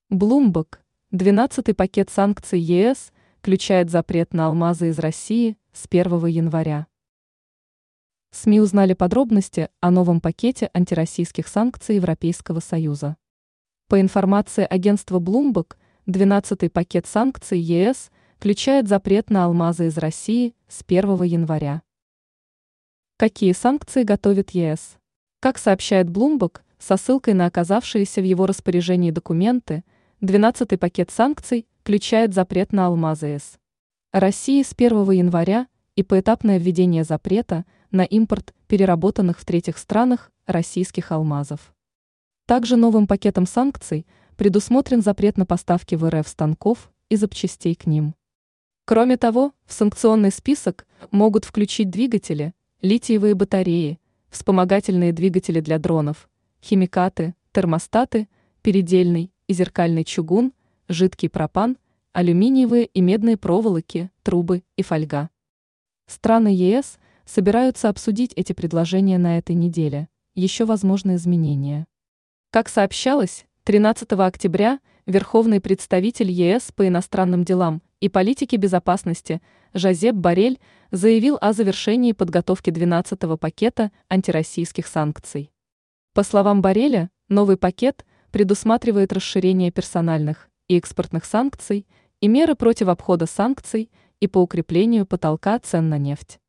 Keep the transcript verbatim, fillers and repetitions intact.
Bloomberg. двенадцатый пакет санкций ЕС включает запрет на алмазы из России с первого января. СМИ узнали подробности о новом пакете антироссийских санкций Европейского Союза. По информации агентства Bloomberg, двенадцатый пакет санкций ЕС включает запрет на алмазы из России с первого января. Какие санкции готовит ЕС? Как сообщает Bloomberg, со ссылкой на оказавшиеся в его распоряжении документы, двенадцатый пакет санкций включает запрет на алмазы из России с первого января и поэтапное введение запрета на импорт переработанных в третьих странах российских алмазов. Также новым пакетом санкций предусмотрен запрет на поставки в РФ станков и запчастей к ним. Кроме того, в санкционный список могут включить двигатели, литиевые батареи, вспомогательные двигатели для дронов, химикаты, термостаты, передельный и зеркальный чугун, жидкий пропан, алюминиевые и медные проволоки, трубы и фольга. Страны ЕС собираются обсудить эти предложения на этой неделе, еще возможны изменения. Как сообщалось, тринадцатого октября Верховный представитель ЕС по иностранным делам и политике безопасности Жозеп Боррель заявил о завершении подготовки двенадцатого пакета антироссийских санкций. По словам Борреля, новый пакет предусматривает расширение персональных и экспортных санкций и меры против обхода санкций и по укреплению потолка цен на нефть.